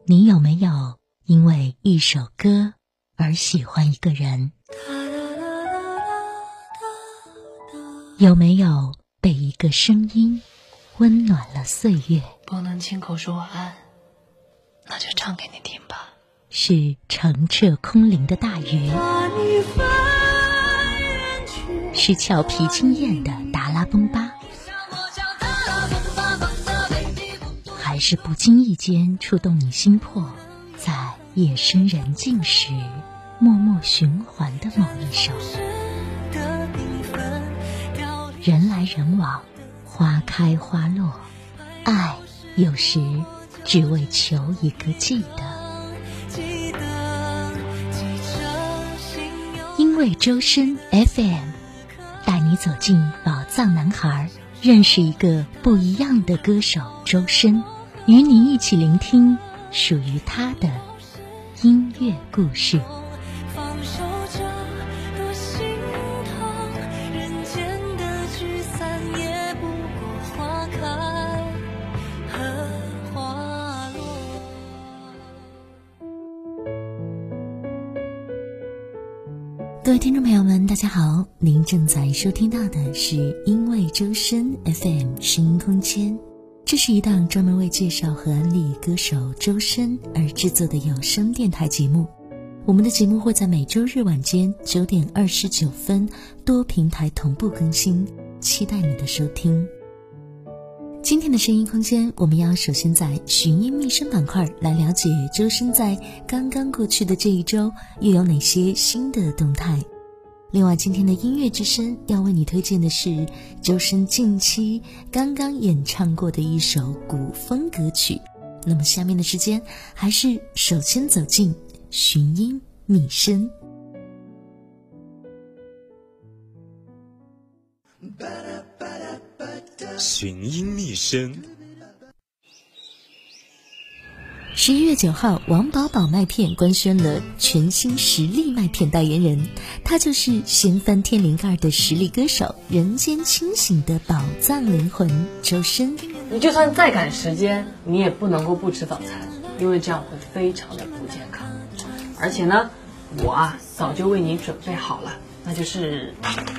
你有没有因为一首歌而喜欢一个人？有没有被一个声音温暖了岁月？ 不能亲口说晚安，那就唱给你听吧。 是澄澈空灵的大鱼，是俏皮惊艳的达拉崩巴，还是不经意间触动你心魄，在夜深人静时默默循环的某一首。人来人往，花开花落，爱有时只为求一个记得。因为周深 FM 带你走进宝藏男孩，认识一个不一样的歌手周深，与你一起聆听属于他的音乐故事。各位听众朋友们，大家好，您正在收听到的是因为周深 FM 声音空间，这是一档专门为介绍和安利歌手周深而制作的有声电台节目。我们的节目会在每周日晚间9点29分多平台同步更新，期待你的收听。今天的声音空间，我们要首先在寻音觅声板块来了解周深在刚刚过去的这一周又有哪些新的动态。另外，今天的音乐之声要为你推荐的是周深近期刚刚演唱过的一首古风歌曲。那么下面的时间，还是首先走进寻音觅声。 寻音觅声。 11月9号，王宝宝麦片官宣了全新实力麦片代言人，他就是掀翻天灵盖的实力歌手，人间清醒的宝藏灵魂周深。 你就算再赶时间，你也不能够不吃早餐，因为这样会非常的不健康。而且呢，我早就为你准备好了，那就是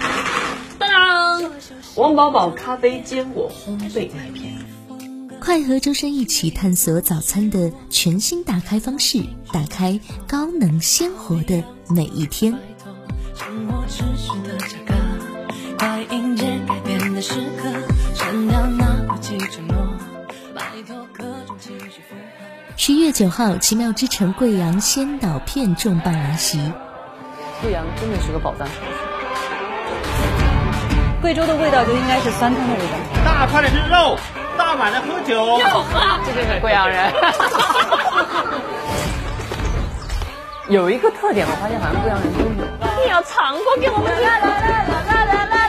王宝宝咖啡坚果烘焙麦片。 快和周深一起探索早餐的全新打开方式，打开高能鲜活的每一天。11月9号，奇妙之城贵阳鲜岛片重磅来袭。 贵阳真的是个宝藏城市。 贵州的味道就应该是酸汤的味道。 大块的是肉，大碗的喝酒。 又喝，这就是贵阳人。有一个特点，我发现好像贵阳人都有。你要唱歌给我们听。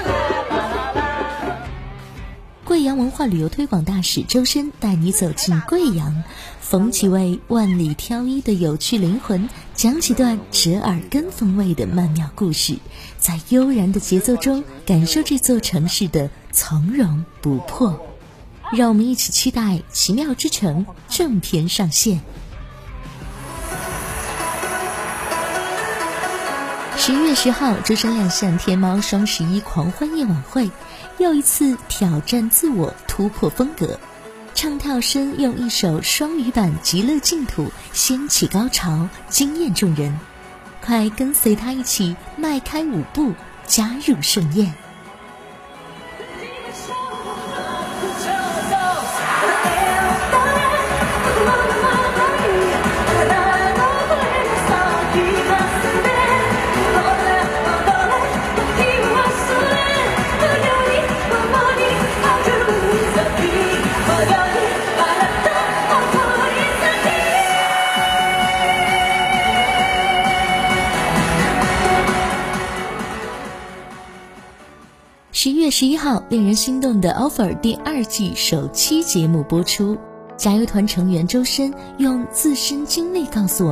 贵阳文化旅游推广大使周深带你走进贵阳，逢几位万里挑一的有趣灵魂，讲几段折耳根风味的曼妙故事，在悠然的节奏中感受这座城市的从容不迫。让我们一起期待奇妙之城正片上线。11月10号，周深亮相天猫双11狂欢夜晚会，又一次挑战自我，突破风格。唱跳声用一首双语版《极乐净土》掀起高潮，惊艳众人。快跟随他一起迈开舞步，加入盛宴。11月11号，令人心动的 offer 第2季首期节目播出。加油团成员周深用自身经历告诉我们，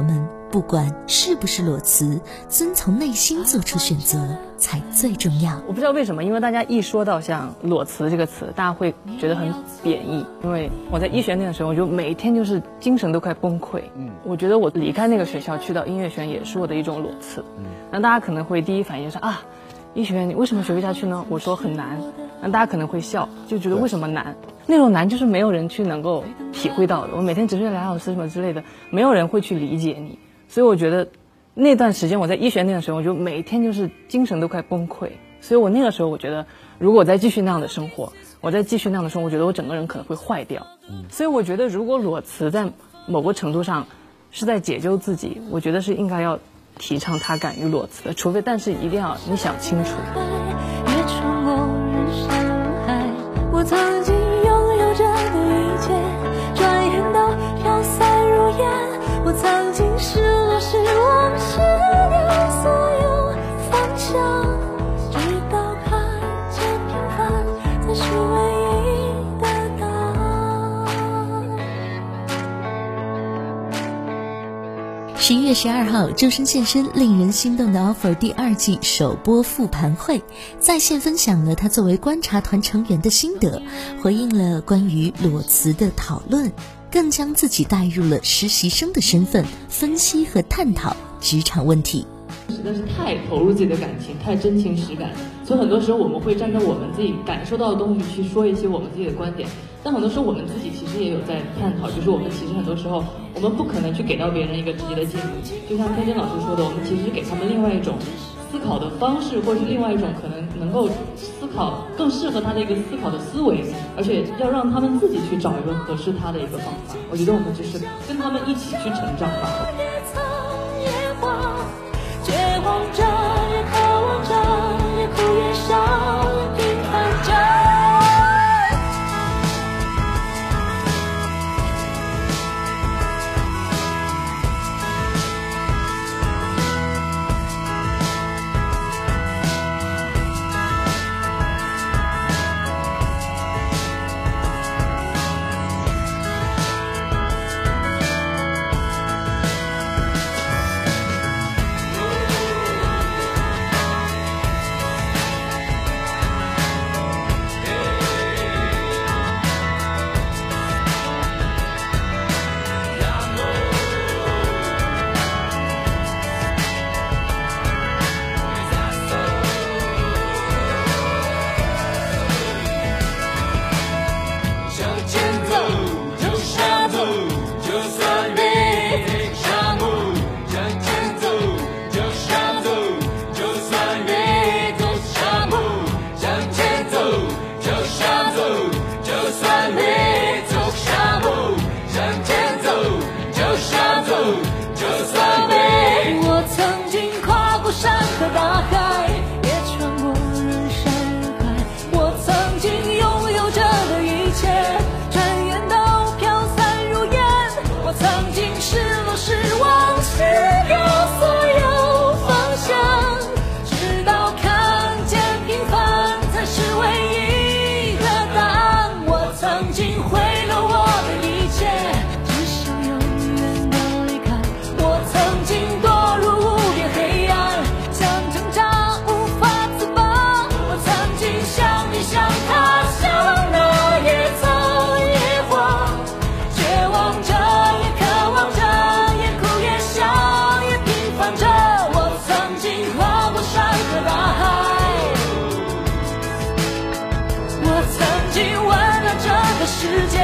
不管是不是裸辞，遵从内心做出选择才最重要。 我不知道为什么，因为大家一说到像裸辞这个词，大家会觉得很贬义。因为我在医学院的时候，我就每天就是精神都快崩溃。我觉得我离开那个学校去到音乐学院也是我的一种裸辞。那大家可能会第一反应就是啊，医学院你为什么学不下去呢？我说很难。那大家可能会笑，就觉得为什么难？那种难就是没有人去能够体会到的。我每天只是2小时什么之类的，没有人会去理解你。所以我觉得那段时间我在医学院的时候，我就每天就是精神都快崩溃。所以我那个时候我觉得，如果我再继续那样的生活，我觉得我整个人可能会坏掉。所以我觉得如果裸辞在某个程度上是在解救自己，我觉得是应该要提倡他敢于裸辞的，除非但是一定要你想清楚。 我曾经拥有着的一切，转眼都飘散如烟。我曾经失落失望失掉所有方向，直到看见平凡才是唯一的答案。 11月12号，周深现身令人心动的 offer 第2季首播复盘会，在线分享了他作为观察团成员的心得，回应了关于裸辞的讨论，更将自己带入了实习生的身份，分析和探讨职场问题。 实在是太投入自己的感情，太真情实感，所以很多时候我们会站在我们自己感受到的东西去说一些我们自己的观点，但很多时候我们自己其实也有在探讨，就是我们其实很多时候我们不可能去给到别人一个直接的建议，就像天真老师说的，我们其实给他们另外一种思考的方式，或者是另外一种可能能够思考更适合他的一个思考的思维，而且要让他们自己去找一个合适他的一个方法。我觉得我们就是跟他们一起去成长吧。 绝望着，也渴望着，也哭也笑，也平凡着。世界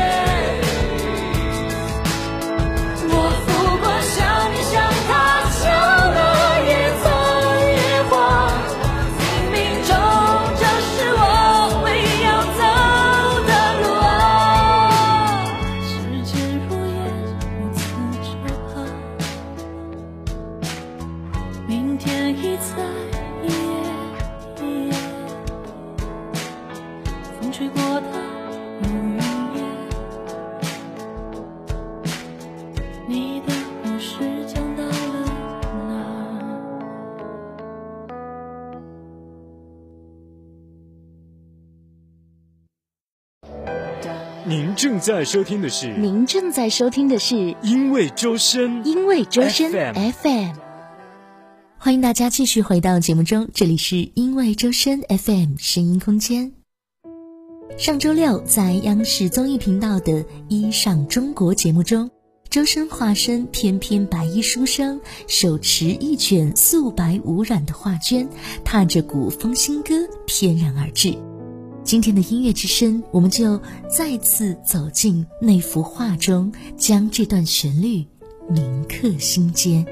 您正在收听的是因为周深 FM。欢迎大家继续回到节目中，这里是因为周深 FM 声音空间。上周六在央视综艺频道的《衣上中国》节目中，周深化身翩翩白衣书生，手持一卷素白无染的画卷，踏着古风新歌翩然而至。今天的音乐之声，我们就再次走进那幅画中，将这段旋律铭刻心间。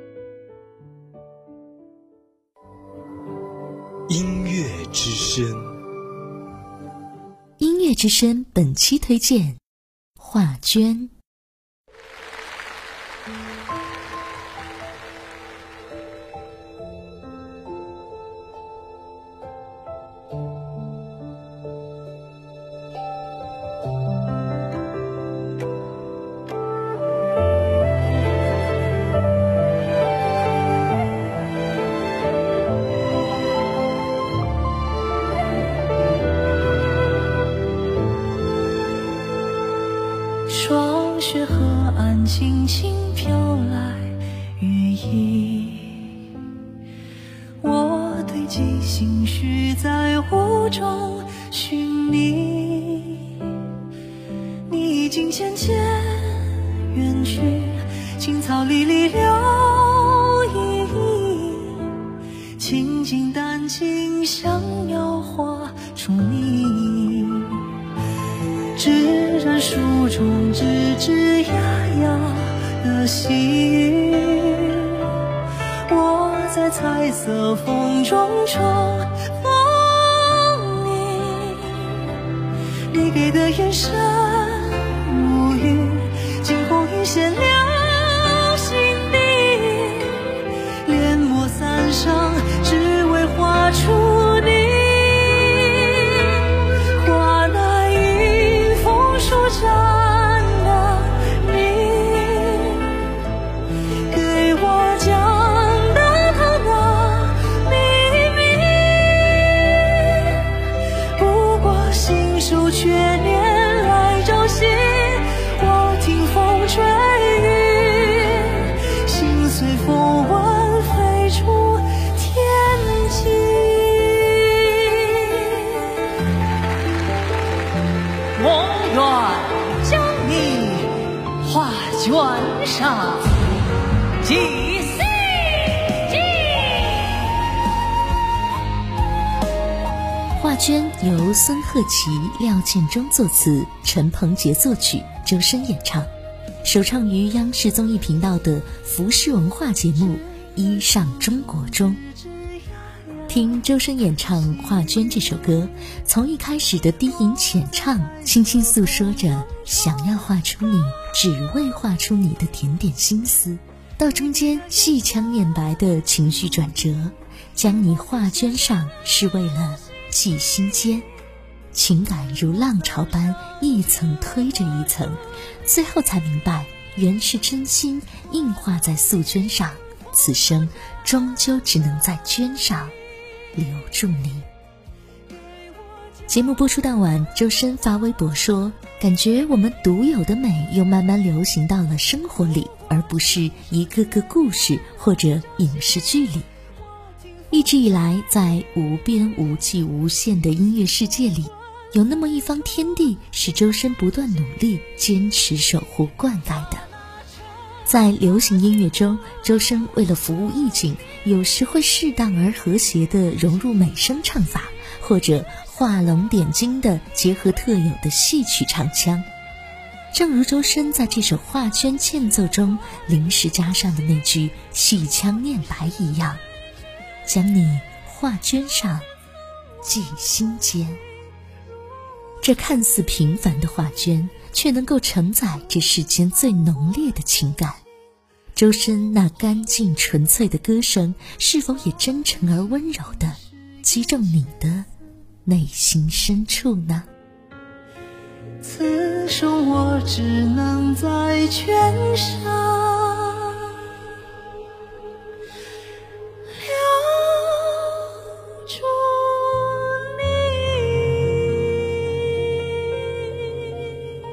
音乐之声， 音乐之声本期推荐画卷。 霜雪河岸轻轻飘来雨意，我堆积心绪在雾中寻你，你已经渐渐远去，青草离离留依依，清静淡静像描画出你，只染书中吱吱呀呀的细雨，我在彩色风中重逢你，你给的眼神如雨，惊鸿一现留心底，连墨三生只为画出你。站的你，给我讲的他的秘密，不过信手却拈来朝夕，我听风吹雨，心随风纹飞出天际。我愿将你画卷上记心记。 画卷由孙鹤岐、廖建中作词，陈鹏杰作曲，周深演唱，首唱于央视综艺频道的服饰文化节目《衣上中国》中。听周深演唱《画卷》这首歌，从一开始的低吟浅唱，轻轻诉说着想要画出你，只为画出你的点点心思，到中间戏腔念白的情绪转折，将你画卷上是为了记心间，情感如浪潮般一层推着一层，最后才明白原是真心印画在素绢上，此生终究只能在绢上留住你。节目播出当晚，周深发微博说，感觉我们独有的美又慢慢流行到了生活里，而不是一个个故事或者影视剧里。一直以来，在无边无际无限的音乐世界里，有那么一方天地是周深不断努力坚持守护灌溉的。在流行音乐中，周深为了服务意境，有时会适当而和谐地融入美声唱法，或者画龙点睛地结合特有的戏曲唱腔。正如周深在这首《画卷》欠奏中临时加上的那句戏腔念白一样，将你画卷上记心间。这看似平凡的画卷，却能够承载这世间最浓烈的情感。周深那干净纯粹的歌声，是否也真诚而温柔地击中你的内心深处呢？ 此生我只能在卷上留住你。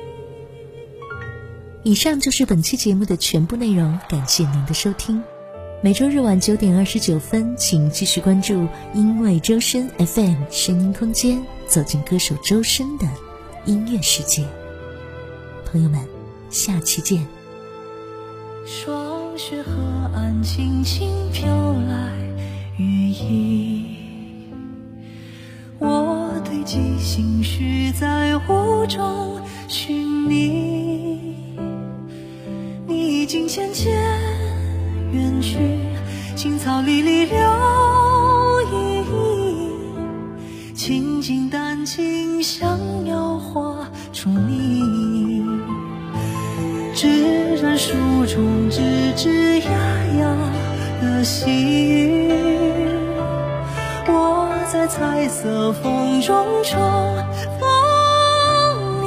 以上就是本期节目的全部内容，感谢您的收听。每周日晚9点29分，请继续关注因为周深 FM 声音空间，走进歌手周深的音乐世界。朋友们，下期见。 霜雪河岸轻轻飘来羽翼，我对记心绪在雾中寻觅，你已经渐渐远去，青草离离留意义，清静淡静像描画出你，只染书中吱吱呀呀的细语，我在彩色风中重逢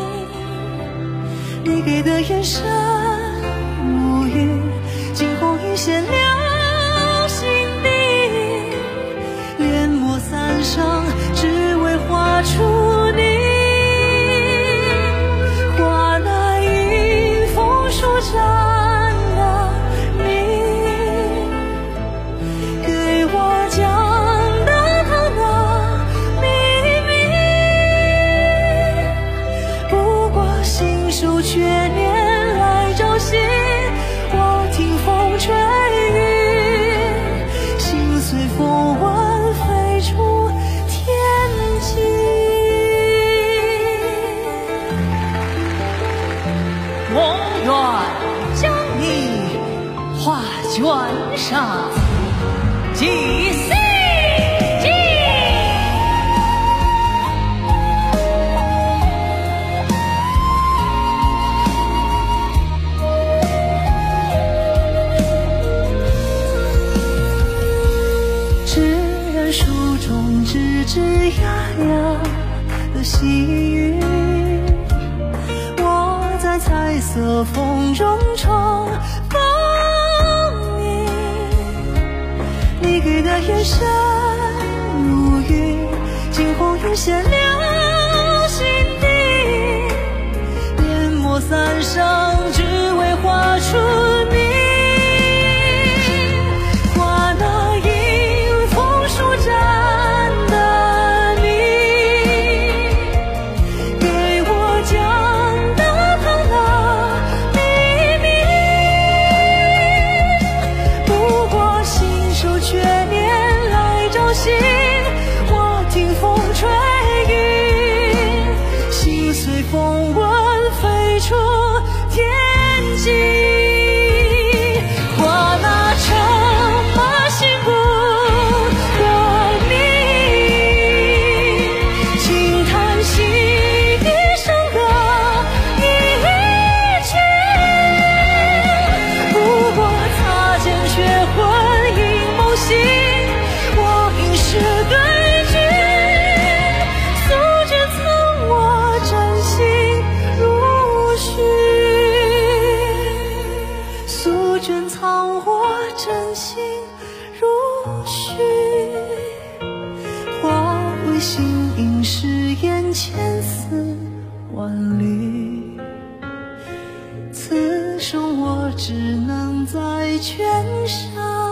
你给的眼神如雨，惊鸿一现了心底，连抹三生只为画出你，画那迎风舒展的你，给我讲的他的秘密，不过信手却念来朝夕，我听风吹雨，心随风纹飞出天际。我愿将你画卷上，记心记。只染书中吱吱呀呀的细语，我在彩色风中重逢你给的眼神如雨，惊鸿一现了心底，连抹三生只为画出你，画那迎风舒展的你，给我讲的他那秘密，不过信手却念来朝夕，我听风吹雨，心随风纹飞出天际，画那乘马行不的你，轻叹息一生的一曲，不过擦肩却魂萦梦醒，我应是对句，素绢藏我真心如许，素绢藏我真心如许，化为心影誓言千丝万缕，此生我只能在卷上